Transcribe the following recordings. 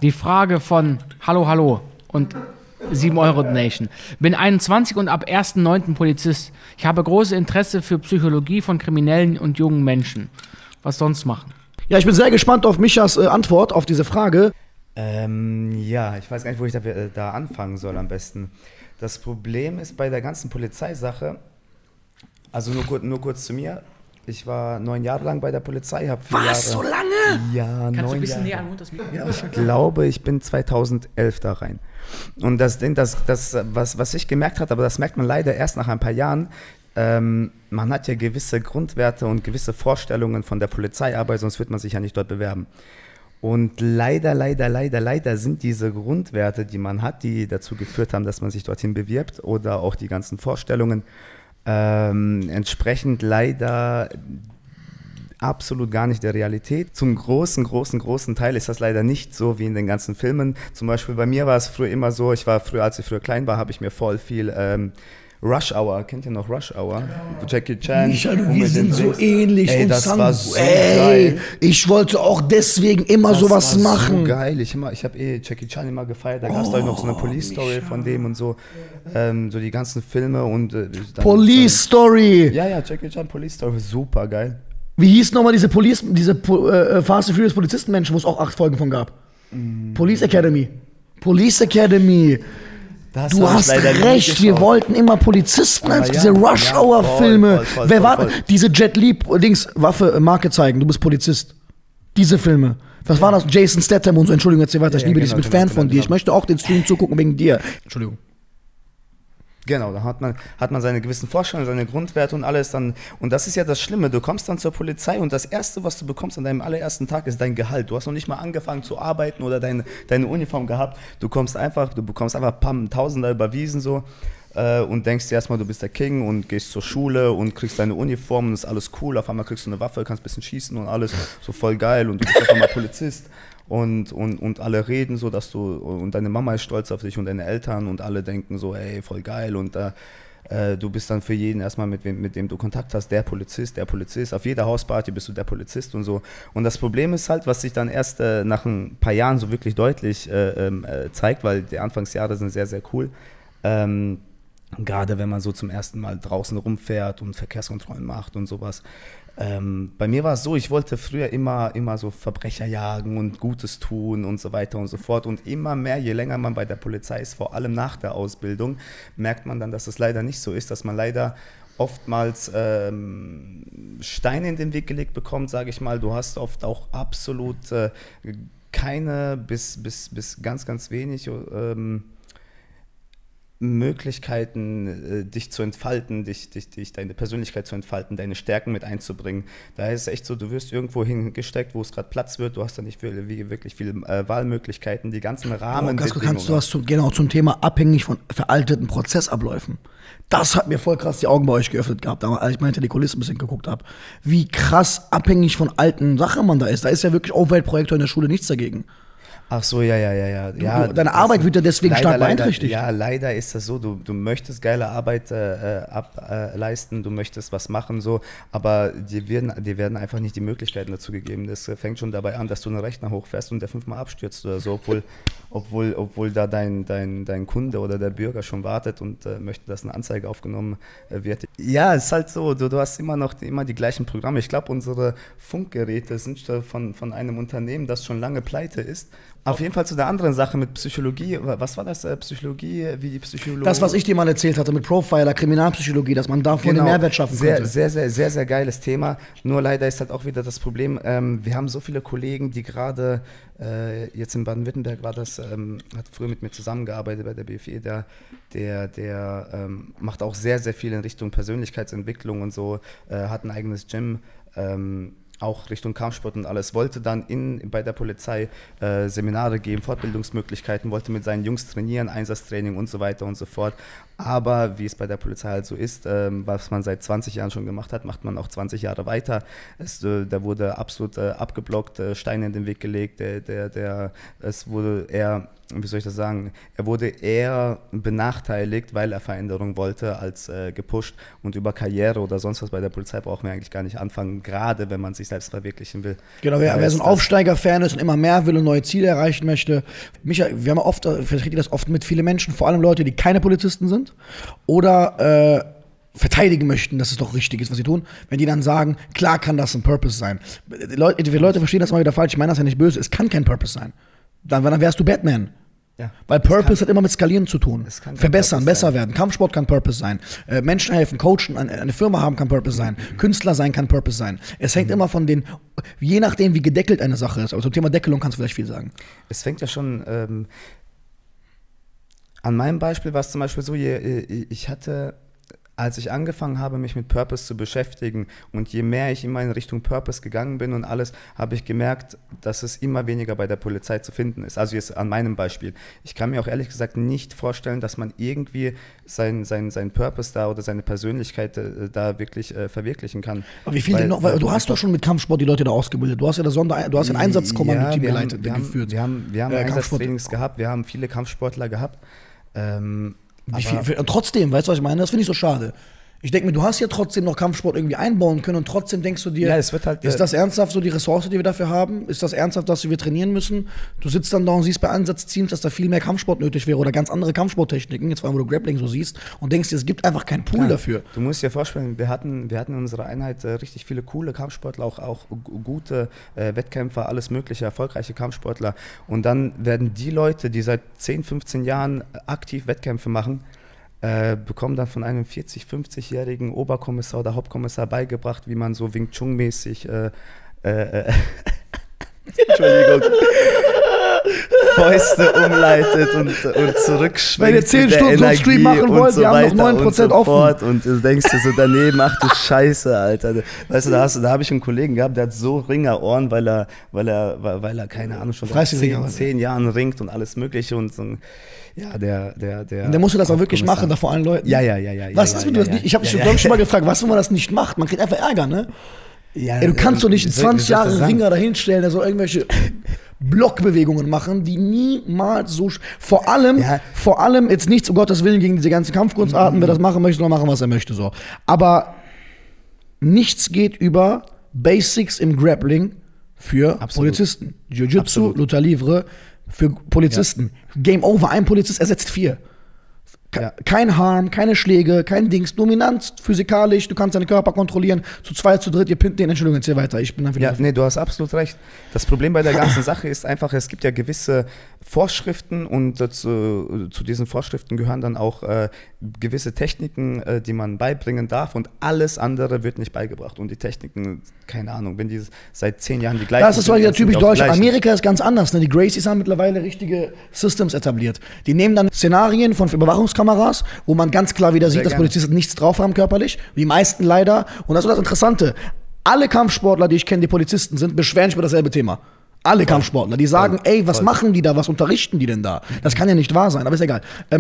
die Frage von Hallo, hallo und 7 Euro Donation. Bin 21 und ab 1.9. Polizist. Ich habe großes Interesse für Psychologie von Kriminellen und jungen Menschen. Was sonst machen? Ja, ich bin sehr gespannt auf Michas Antwort auf diese Frage. Ja, ich weiß gar nicht, wo ich da anfangen soll am besten. Das Problem ist bei der ganzen Polizeisache, also nur kurz zu mir. Ich war 9 Jahre lang bei der Polizei. Was, so lange? Ja, 9 Jahre. Kannst du ein bisschen näher an das Mikrofon? Ja, ich glaube, ich bin 2011 da rein. Und das Ding, was ich gemerkt habe, aber das merkt man leider erst nach ein paar Jahren, man hat ja gewisse Grundwerte und gewisse Vorstellungen von der Polizeiarbeit, sonst wird man sich ja nicht dort bewerben. Und leider sind diese Grundwerte, die man hat, die dazu geführt haben, dass man sich dorthin bewirbt, oder auch die ganzen Vorstellungen, entsprechend leider absolut gar nicht der Realität. Zum großen Teil ist das leider nicht so wie in den ganzen Filmen. Zum Beispiel bei mir war es früher immer so, als ich früher klein war, habe ich mir voll viel Rush Hour, kennt ihr noch Rush Hour? Genau. Jackie Chan. Wir sind so ähnlich. Ey, und das war so geil. Ich wollte auch deswegen immer sowas machen. So geil. Ich habe Jackie Chan immer gefeiert. Da gab es noch so eine Police Story von dem und so. So die ganzen Filme und Police Story. Ja, Jackie Chan Police Story, super geil. Wie hieß nochmal diese Fast and Furious Polizistenmenschen, wo es auch 8 Folgen von gab? Police Academy. Du hast recht, wir wollten immer Polizisten als diese Rush-Hour-Filme. Wer war diese Jet Li-Dings, Waffe, Marke zeigen, du bist Polizist. Diese Filme. Was war das? Jason Statham und so, Entschuldigung, erzähl weiter, ich liebe dich, ich bin Fan von dir. Ich möchte auch den Stream zugucken wegen dir. Entschuldigung. Genau, da hat man seine gewissen Vorstellungen, seine Grundwerte und alles dann. Und das ist ja das Schlimme, du kommst dann zur Polizei und das Erste, was du bekommst an deinem allerersten Tag, ist dein Gehalt. Du hast noch nicht mal angefangen zu arbeiten oder deine Uniform gehabt. Du bekommst einfach ein paar Tausender überwiesen so und denkst dir erstmal, du bist der King und gehst zur Schule und kriegst deine Uniform und ist alles cool. Auf einmal kriegst du eine Waffe, kannst ein bisschen schießen und alles, so voll geil und du bist auf einmal Polizist. Und alle reden so, dass und deine Mama ist stolz auf dich und deine Eltern und alle denken so, ey, voll geil und du bist dann für jeden erstmal, mit dem du Kontakt hast, der Polizist, auf jeder Hausparty bist du der Polizist und so. Und das Problem ist halt, was sich dann erst nach ein paar Jahren so wirklich deutlich zeigt, weil die Anfangsjahre sind sehr, sehr cool, gerade wenn man so zum ersten Mal draußen rumfährt und Verkehrskontrollen macht und sowas. Bei mir war es so, ich wollte früher immer so Verbrecher jagen und Gutes tun und so weiter und so fort. Und immer mehr, je länger man bei der Polizei ist, vor allem nach der Ausbildung, merkt man dann, dass es leider nicht so ist, dass man leider oftmals Steine in den Weg gelegt bekommt, sage ich mal. Du hast oft auch absolut keine bis ganz, ganz wenig Möglichkeiten, dich zu entfalten, deine Persönlichkeit zu entfalten, deine Stärken mit einzubringen. Da ist es echt so, du wirst irgendwo hingesteckt, wo es gerade Platz wird, du hast da nicht wirklich viele Wahlmöglichkeiten, die ganzen Rahmenbedingungen. Du hast zum Thema abhängig von veralteten Prozessabläufen. Das hat mir voll krass die Augen bei euch geöffnet gehabt, als ich mal hinter die Kulissen ein bisschen geguckt habe. Wie krass abhängig von alten Sachen man da ist. Da ist ja wirklich Umweltprojektor in der Schule nichts dagegen. Ach so, ja. Deine Arbeit wird ja deswegen stark beeinträchtigt. Ja, leider ist das so, du möchtest geile Arbeit ableisten, du möchtest was machen, so, aber dir werden einfach nicht die Möglichkeiten dazu gegeben. Das fängt schon dabei an, dass du einen Rechner hochfährst und der 5-mal abstürzt oder so, obwohl da dein Kunde oder der Bürger schon wartet und möchte, dass eine Anzeige aufgenommen wird. Ja, es ist halt so, du hast immer die gleichen Programme. Ich glaube, unsere Funkgeräte sind von einem Unternehmen, das schon lange pleite ist. Auf jeden Fall zu der anderen Sache mit Psychologie. Was war das? Psychologie, wie die Psychologie? Das, was ich dir mal erzählt hatte mit Profiler, Kriminalpsychologie, dass man davon den Mehrwert schaffen könnte. Sehr geiles Thema. Nur leider ist halt auch wieder das Problem, wir haben so viele Kollegen, die gerade, jetzt in Baden-Württemberg war das, hat früher mit mir zusammengearbeitet bei der BFE, der macht auch sehr, sehr viel in Richtung Persönlichkeitsentwicklung und so, hat ein eigenes Gym, auch Richtung Kampfsport und alles, wollte dann bei der Polizei Seminare geben, Fortbildungsmöglichkeiten, wollte mit seinen Jungs trainieren, Einsatztraining und so weiter und so fort. Aber wie es bei der Polizei halt so ist, was man seit 20 Jahren schon gemacht hat, macht man auch 20 Jahre weiter. Da wurde absolut abgeblockt, Steine in den Weg gelegt, es wurde eher, wie soll ich das sagen, er wurde eher benachteiligt, weil er Veränderung wollte, als gepusht. Und über Karriere oder sonst was bei der Polizei brauchen wir eigentlich gar nicht anfangen, gerade wenn man sich sich selbst verwirklichen will. Genau, wer so ein Aufsteiger-Fan ist und immer mehr will und neue Ziele erreichen möchte. Micha, wir haben oft, vertrete ich das oft mit viele Menschen, vor allem Leute, die keine Polizisten sind oder verteidigen möchten, dass es doch richtig ist, was sie tun, wenn die dann sagen, klar kann das ein Purpose sein. Die Leute verstehen das mal wieder falsch, ich meine das ja nicht böse, es kann kein Purpose sein. Dann wärst du Batman. Ja, weil Purpose hat immer mit Skalieren zu tun. Verbessern, besser werden. Kampfsport kann Purpose sein. Menschen helfen, coachen, eine Firma haben kann Purpose sein. Künstler sein kann Purpose sein. Es hängt immer von den, je nachdem wie gedeckelt eine Sache ist. Aber zum Thema Deckelung kannst du vielleicht viel sagen. Es fängt ja schon, an meinem Beispiel war es zum Beispiel so, ich hatte, als ich angefangen habe, mich mit Purpose zu beschäftigen und je mehr ich immer in Richtung Purpose gegangen bin und alles, habe ich gemerkt, dass es immer weniger bei der Polizei zu finden ist. Also jetzt an meinem Beispiel. Ich kann mir auch ehrlich gesagt nicht vorstellen, dass man irgendwie sein Purpose da oder seine Persönlichkeit da wirklich verwirklichen kann. Aber wie viel denn noch? Weil du hast doch schon mit Kampfsport die Leute da ausgebildet. Du hast ja ein Einsatzkommando-Team geleitet, geführt. Wir haben Einsatztrainings gehabt, wir haben viele Kampfsportler gehabt. Trotzdem, weißt du, was ich meine? Das finde ich so schade. Ich denke mir, du hast ja trotzdem noch Kampfsport irgendwie einbauen können und trotzdem denkst du dir, es wird halt, ist das ernsthaft so die Ressource, die wir dafür haben? Ist das ernsthaft, dass wir trainieren müssen? Du sitzt dann da und siehst bei Ansatzteams, dass da viel mehr Kampfsport nötig wäre oder ganz andere Kampfsporttechniken, jetzt vor allem, wo du Grappling so siehst und denkst dir, es gibt einfach keinen Pool dafür. Du musst dir vorstellen, wir hatten in unserer Einheit richtig viele coole Kampfsportler, auch gute Wettkämpfer, alles mögliche, erfolgreiche Kampfsportler und dann werden die Leute, die seit 10, 15 Jahren aktiv Wettkämpfe machen, bekommen dann von einem 40-, 50-jährigen Oberkommissar oder Hauptkommissar beigebracht, wie man so Wing Chun-mäßig Entschuldigung, Fäuste umleitet und zurückschwingt. Wenn ihr 10 Stunden so einen Stream machen wollt, wir haben noch 9% offen. Und du denkst dir so daneben, ach du Scheiße, Alter. Weißt du, da habe ich einen Kollegen gehabt, der hat so Ringerohren, weil er keine Ahnung, schon seit 10 Jahren ringt und alles mögliche und so. Ja, der musste das auch wirklich machen, da vor allen Leuten. Ja. Was ist, wenn du das nicht? Ich habe dich schon mal gefragt, was, wenn man das nicht macht? Man kriegt einfach Ärger, ne? Ja, du kannst doch nicht einen 20 Jahre Ringer dahinstellen, der soll irgendwelche Blockbewegungen machen, die niemals so. Vor allem jetzt nichts, um Gottes Willen, gegen diese ganzen Kampfkunstarten, wer das machen möchte, soll machen, was er möchte. So. Aber nichts geht über Basics im Grappling für Polizisten. Jiu-Jitsu, Luta Livre für Polizisten. Ja. Game over, ein Polizist ersetzt 4. Kein Harm, keine Schläge, kein Dings, Dominanz, physikalisch, du kannst deinen Körper kontrollieren, zu 2, zu 3, ihr pinnt den, Entschuldigung, jetzt hier weiter, ich bin dann wieder... Ja, nee, du hast absolut recht. Das Problem bei der ganzen Sache ist einfach, es gibt ja gewisse Vorschriften und zu diesen Vorschriften gehören dann auch gewisse Techniken, die man beibringen darf und alles andere wird nicht beigebracht und die Techniken, keine Ahnung, wenn die seit 10 Jahren die gleichen sind. Das ist ja typisch deutsch. Amerika ist ganz anders, ne? Die Gracies haben mittlerweile richtige Systems etabliert. Die nehmen dann Szenarien von Überwachungskameras, wo man ganz klar wieder sieht, dass Polizisten nichts drauf haben körperlich, die meisten leider. Und das ist das Interessante. Alle Kampfsportler, die ich kenne, die Polizisten sind, beschweren sich über dasselbe Thema. Alle Kampfsportler, die sagen, ey, was machen die da, was unterrichten die denn da? Das kann ja nicht wahr sein, aber ist egal.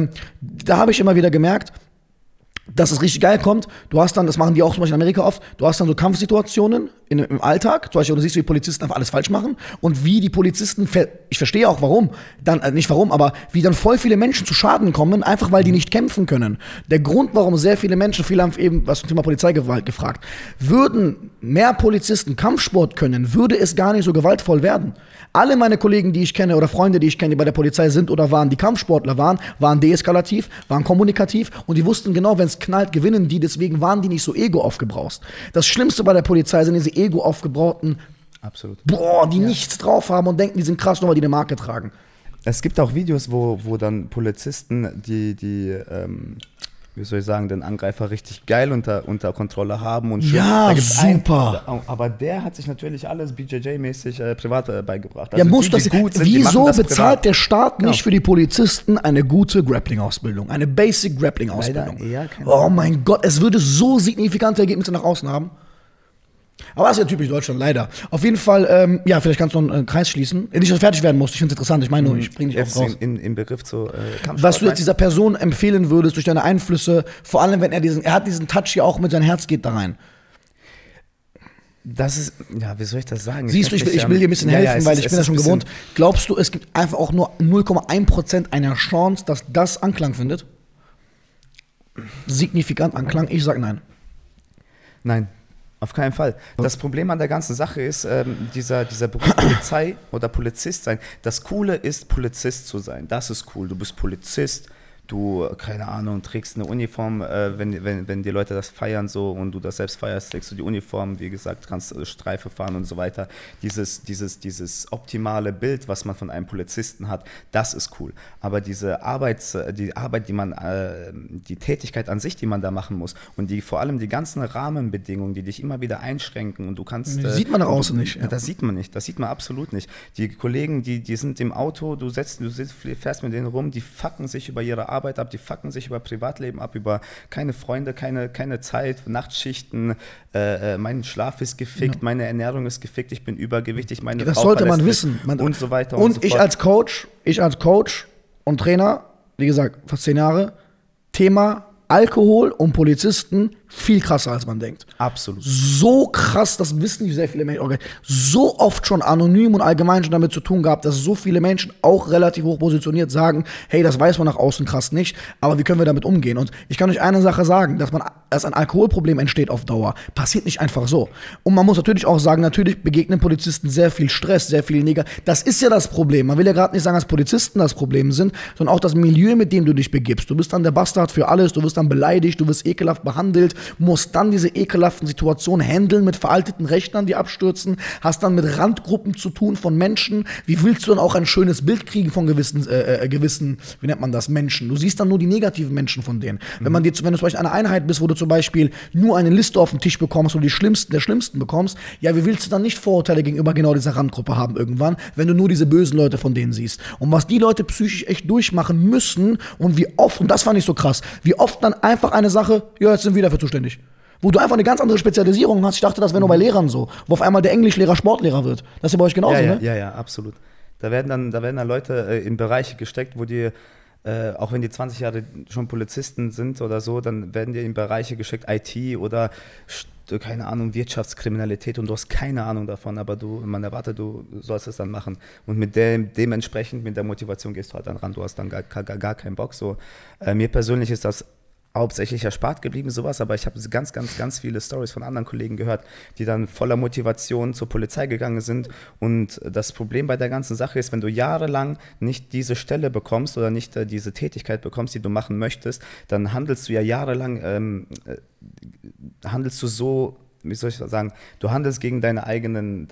Da habe ich immer wieder gemerkt, dass es richtig geil kommt. Du hast dann, das machen die auch zum Beispiel in Amerika oft, du hast dann so Kampfsituationen im Alltag, zum Beispiel, du siehst, wie Polizisten einfach alles falsch machen und wie die Polizisten, ich verstehe auch warum, nicht warum, aber wie dann voll viele Menschen zu Schaden kommen, einfach weil die nicht kämpfen können. Der Grund, warum sehr viele haben eben was zum Thema Polizeigewalt gefragt, würden mehr Polizisten Kampfsport können, würde es gar nicht so gewaltvoll werden. Alle meine Kollegen, die ich kenne oder Freunde, die ich kenne, die bei der Polizei sind oder waren, die Kampfsportler waren deeskalativ, waren kommunikativ und die wussten genau, wenn es knallt, gewinnen die, deswegen waren die nicht so ego aufgebraust. Das Schlimmste bei der Polizei sind diese ego aufgebrauten, die nichts drauf haben und denken, die sind krass, nur weil die eine Marke tragen. Es gibt auch Videos, wo dann Polizisten, wie soll ich sagen, den Angreifer richtig geil unter Kontrolle haben. Und ja, da gibt's super. Aber der hat sich natürlich alles BJJ-mäßig privat beigebracht. Also muss das gut sind, wieso bezahlt der Staat nicht für die Polizisten eine gute Grappling-Ausbildung? Eine Basic-Grappling-Ausbildung? Oh mein Gott, es würde so signifikante Ergebnisse nach außen haben. Aber das ist ja typisch Deutschland, leider. Auf jeden Fall, vielleicht kannst du noch einen Kreis schließen. Nicht, dass du fertig werden musst, ich finde es interessant. Ich meine nur, ich bringe dich auch raus. Im Begriff zu Kampfsport. Was du jetzt dieser Person empfehlen würdest durch deine Einflüsse, vor allem wenn er hat diesen Touch hier auch mit seinem Herz geht da rein. Das ist, wie soll ich das sagen? Siehst du, ich will dir ein bisschen helfen, weil ich bin das schon gewohnt. Glaubst du, es gibt einfach auch nur 0,1% einer Chance, dass das Anklang findet? Signifikant Anklang? Ich sag nein. Nein. Auf keinen Fall. Das Problem an der ganzen Sache ist, dieser Beruf Polizei oder Polizist sein. Das Coole ist, Polizist zu sein. Das ist cool. Du bist Polizist. Du, keine Ahnung, trägst eine Uniform, wenn die Leute das feiern so und du das selbst feierst, trägst du die Uniform, wie gesagt, kannst Streife fahren und so weiter. Dieses optimale Bild, was man von einem Polizisten hat, das ist cool. Aber die Arbeit, die Tätigkeit an sich, die man da machen muss und vor allem die ganzen Rahmenbedingungen, die dich immer wieder einschränken und du kannst... Das sieht man nach außen nicht. Ja. Das sieht man nicht, das sieht man absolut nicht. Die Kollegen, die sind im Auto, du fährst mit denen rum, die fucken sich über ihre Arbeit ab, die fucken sich über Privatleben ab, über keine Freunde, keine Zeit, Nachtschichten, mein Schlaf ist gefickt, meine Ernährung ist gefickt, ich bin übergewichtig, meine Das Frau sollte man verlässt wissen. mich und so weiter und so ich fort. als Coach und Trainer, wie gesagt, fast 10 Jahre, Thema Alkohol und Polizisten viel krasser, als man denkt. Absolut. So krass, das wissen nicht sehr viele Menschen. Okay. So oft schon anonym und allgemein schon damit zu tun gehabt, dass so viele Menschen auch relativ hoch positioniert sagen, hey, das weiß man nach außen krass nicht, aber wie können wir damit umgehen? Und ich kann euch eine Sache sagen, dass ein Alkoholproblem entsteht auf Dauer, passiert nicht einfach so. Und man muss natürlich auch sagen, natürlich begegnen Polizisten sehr viel Stress, sehr viel Negativ. Das ist ja das Problem. Man will ja gerade nicht sagen, dass Polizisten das Problem sind, sondern auch das Milieu, mit dem du dich begibst. Du bist dann der Bastard für alles, du wirst dann beleidigt, du wirst ekelhaft behandelt, musst dann diese ekelhaften Situationen handeln mit veralteten Rechnern, die abstürzen, hast dann mit Randgruppen zu tun von Menschen. Wie willst du dann auch ein schönes Bild kriegen von gewissen, wie nennt man das, Menschen? Du siehst dann nur die negativen Menschen von denen. Wenn du zum Beispiel eine Einheit bist, wo du zum Beispiel nur eine Liste auf den Tisch bekommst, wo du die Schlimmsten der Schlimmsten bekommst, ja, wie willst du dann nicht Vorurteile gegenüber genau dieser Randgruppe haben irgendwann, wenn du nur diese bösen Leute von denen siehst? Und was die Leute psychisch echt durchmachen müssen und wie oft, und das fand ich so krass, wie oft dann einfach eine Sache, ja, jetzt sind wir dafür zuständig. Wo du einfach eine ganz andere Spezialisierung hast. Ich dachte, das wäre nur bei Lehrern so. Wo auf einmal der Englischlehrer Sportlehrer wird. Das ist ja bei euch genauso, ne? Ja, absolut. Da werden dann Leute in Bereiche gesteckt, wo die, auch wenn die 20 Jahre schon Polizisten sind oder so, dann werden die in Bereiche gesteckt, IT oder keine Ahnung, Wirtschaftskriminalität und du hast keine Ahnung davon, aber man erwartet, du sollst es dann machen. Und dementsprechend mit der Motivation gehst du halt dann ran, du hast dann gar keinen Bock. So. Mir persönlich ist das hauptsächlich erspart geblieben, sowas, aber ich habe ganz viele Stories von anderen Kollegen gehört, die dann voller Motivation zur Polizei gegangen sind und das Problem bei der ganzen Sache ist, wenn du jahrelang nicht diese Stelle bekommst oder nicht diese Tätigkeit bekommst, die du machen möchtest, dann handelst du ja jahrelang, handelst du so, wie soll ich sagen, du handelst gegen deine eigenen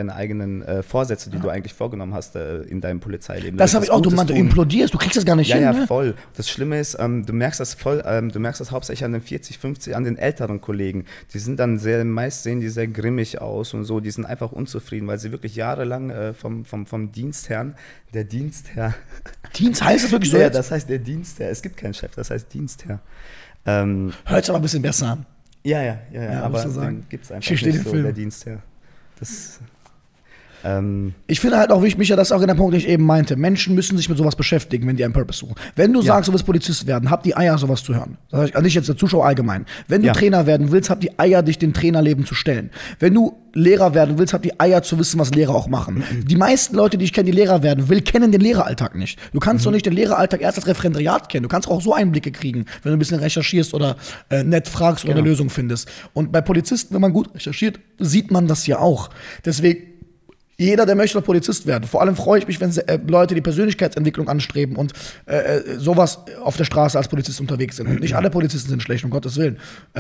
Vorsätze, die du eigentlich vorgenommen hast in deinem Polizeileben. Das habe ich auch, du implodierst, du kriegst das gar nicht hin. Ja, ne? Voll. Das Schlimme ist, du merkst das hauptsächlich an den 40, 50, an den älteren Kollegen. Die sind dann meist sehen die sehr grimmig aus und so, die sind einfach unzufrieden, weil sie wirklich jahrelang vom Dienstherrn, der Dienstherr. Dienst heißt das wirklich so? Ja, das heißt der Dienstherr. Es gibt keinen Chef, das heißt Dienstherr. Hört sich aber ein bisschen besser an. Ja, aber den gibt es einfach nicht so, der Dienstherr. Ich finde halt auch wichtig, Micha, das ist auch der Punkt, den ich eben meinte. Menschen müssen sich mit sowas beschäftigen, wenn die einen Purpose suchen. Wenn du sagst, du willst Polizist werden, hab die Eier, sowas zu hören. Das heißt, nicht jetzt der Zuschauer allgemein. Wenn du Trainer werden willst, hab die Eier, dich dem Trainerleben zu stellen. Wenn du Lehrer werden willst, hab die Eier zu wissen, was Lehrer auch machen. Die meisten Leute, die ich kenne, die Lehrer werden will, kennen den Lehreralltag nicht. Du kannst doch nicht den Lehreralltag erst als Referendariat kennen. Du kannst auch so Einblicke kriegen, wenn du ein bisschen recherchierst oder nett fragst oder eine Lösung findest. Und bei Polizisten, wenn man gut recherchiert, sieht man das ja auch. Deswegen, jeder, der möchte, Polizist werden. Vor allem freue ich mich, wenn Leute die Persönlichkeitsentwicklung anstreben und sowas auf der Straße als Polizist unterwegs sind. Und nicht alle Polizisten sind schlecht, um Gottes Willen.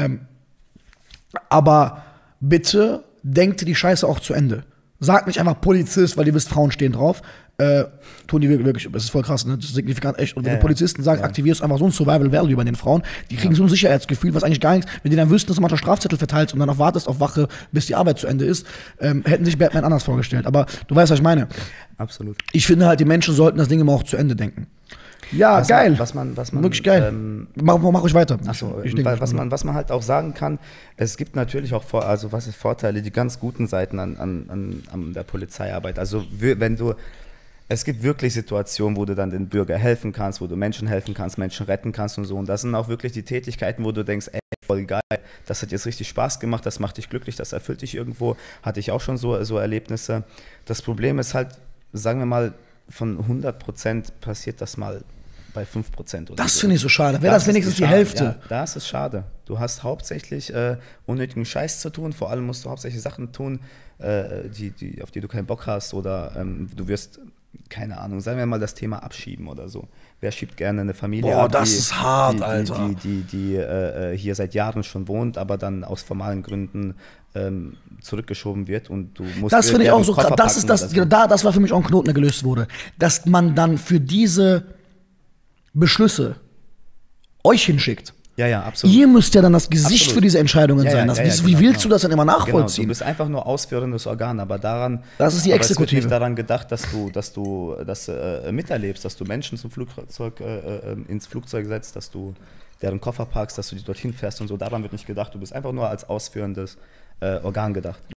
Aber bitte denkt die Scheiße auch zu Ende. Sagt nicht einfach Polizist, weil ihr wisst, Frauen stehen drauf. Tun die wirklich, das ist voll krass, ne? Das ist signifikant echt. Und wenn du Polizisten sagst, aktivierst du einfach so ein Survival Value bei den Frauen, die kriegen so ein Sicherheitsgefühl, was eigentlich gar nichts, wenn die dann wüssten, dass du manchmal Strafzettel verteilst und dann auch wartest auf Wache, bis die Arbeit zu Ende ist, hätten sich Batman anders vorgestellt. Aber du weißt, was ich meine. Absolut. Ich finde halt, die Menschen sollten das Ding immer auch zu Ende denken. Ja, geil. Was man wirklich geil. Mach ich weiter. Achso, was man halt auch sagen kann, es gibt natürlich auch Vorteile, die ganz guten Seiten an der Polizeiarbeit. Also es gibt wirklich Situationen, wo du dann den Bürger helfen kannst, wo du Menschen helfen kannst, Menschen retten kannst und so. Und das sind auch wirklich die Tätigkeiten, wo du denkst, ey, voll geil, das hat jetzt richtig Spaß gemacht, das macht dich glücklich, das erfüllt dich irgendwo. Hatte ich auch schon so Erlebnisse. Das Problem ist halt, sagen wir mal, von 100% passiert das mal bei 5% oder Das so. finde ich so schade. Wäre das wenigstens die schade. Hälfte. Ja, das ist schade. Du hast hauptsächlich unnötigen Scheiß zu tun. Vor allem musst du hauptsächlich Sachen tun, auf die du keinen Bock hast. Oder du wirst, keine Ahnung, sagen wir mal das Thema abschieben oder so. Wer schiebt gerne eine Familie Boah, ab, das ist hart, Alter. die hier seit Jahren schon wohnt, aber dann aus formalen Gründen zurückgeschoben wird und du musst. Das finde ich auch so krass. Das ist das. Das war für mich auch ein Knoten, der gelöst wurde. Dass man dann für diese Beschlüsse euch hinschickt. Ja, absolut. Ihr müsst ja dann das Gesicht Absolut. für diese Entscheidungen Ja, sein. ja, Wie genau, willst du das dann immer Genau, nachvollziehen? du bist einfach nur ausführendes Organ, aber daran. Das ist die aber es wird Exekutive. nicht daran gedacht, dass du das miterlebst, dass du Menschen ins Flugzeug setzt, dass du deren Koffer parkst, dass du die dorthin fährst und so. Daran wird nicht gedacht. Du bist einfach nur als ausführendes Organ gedacht.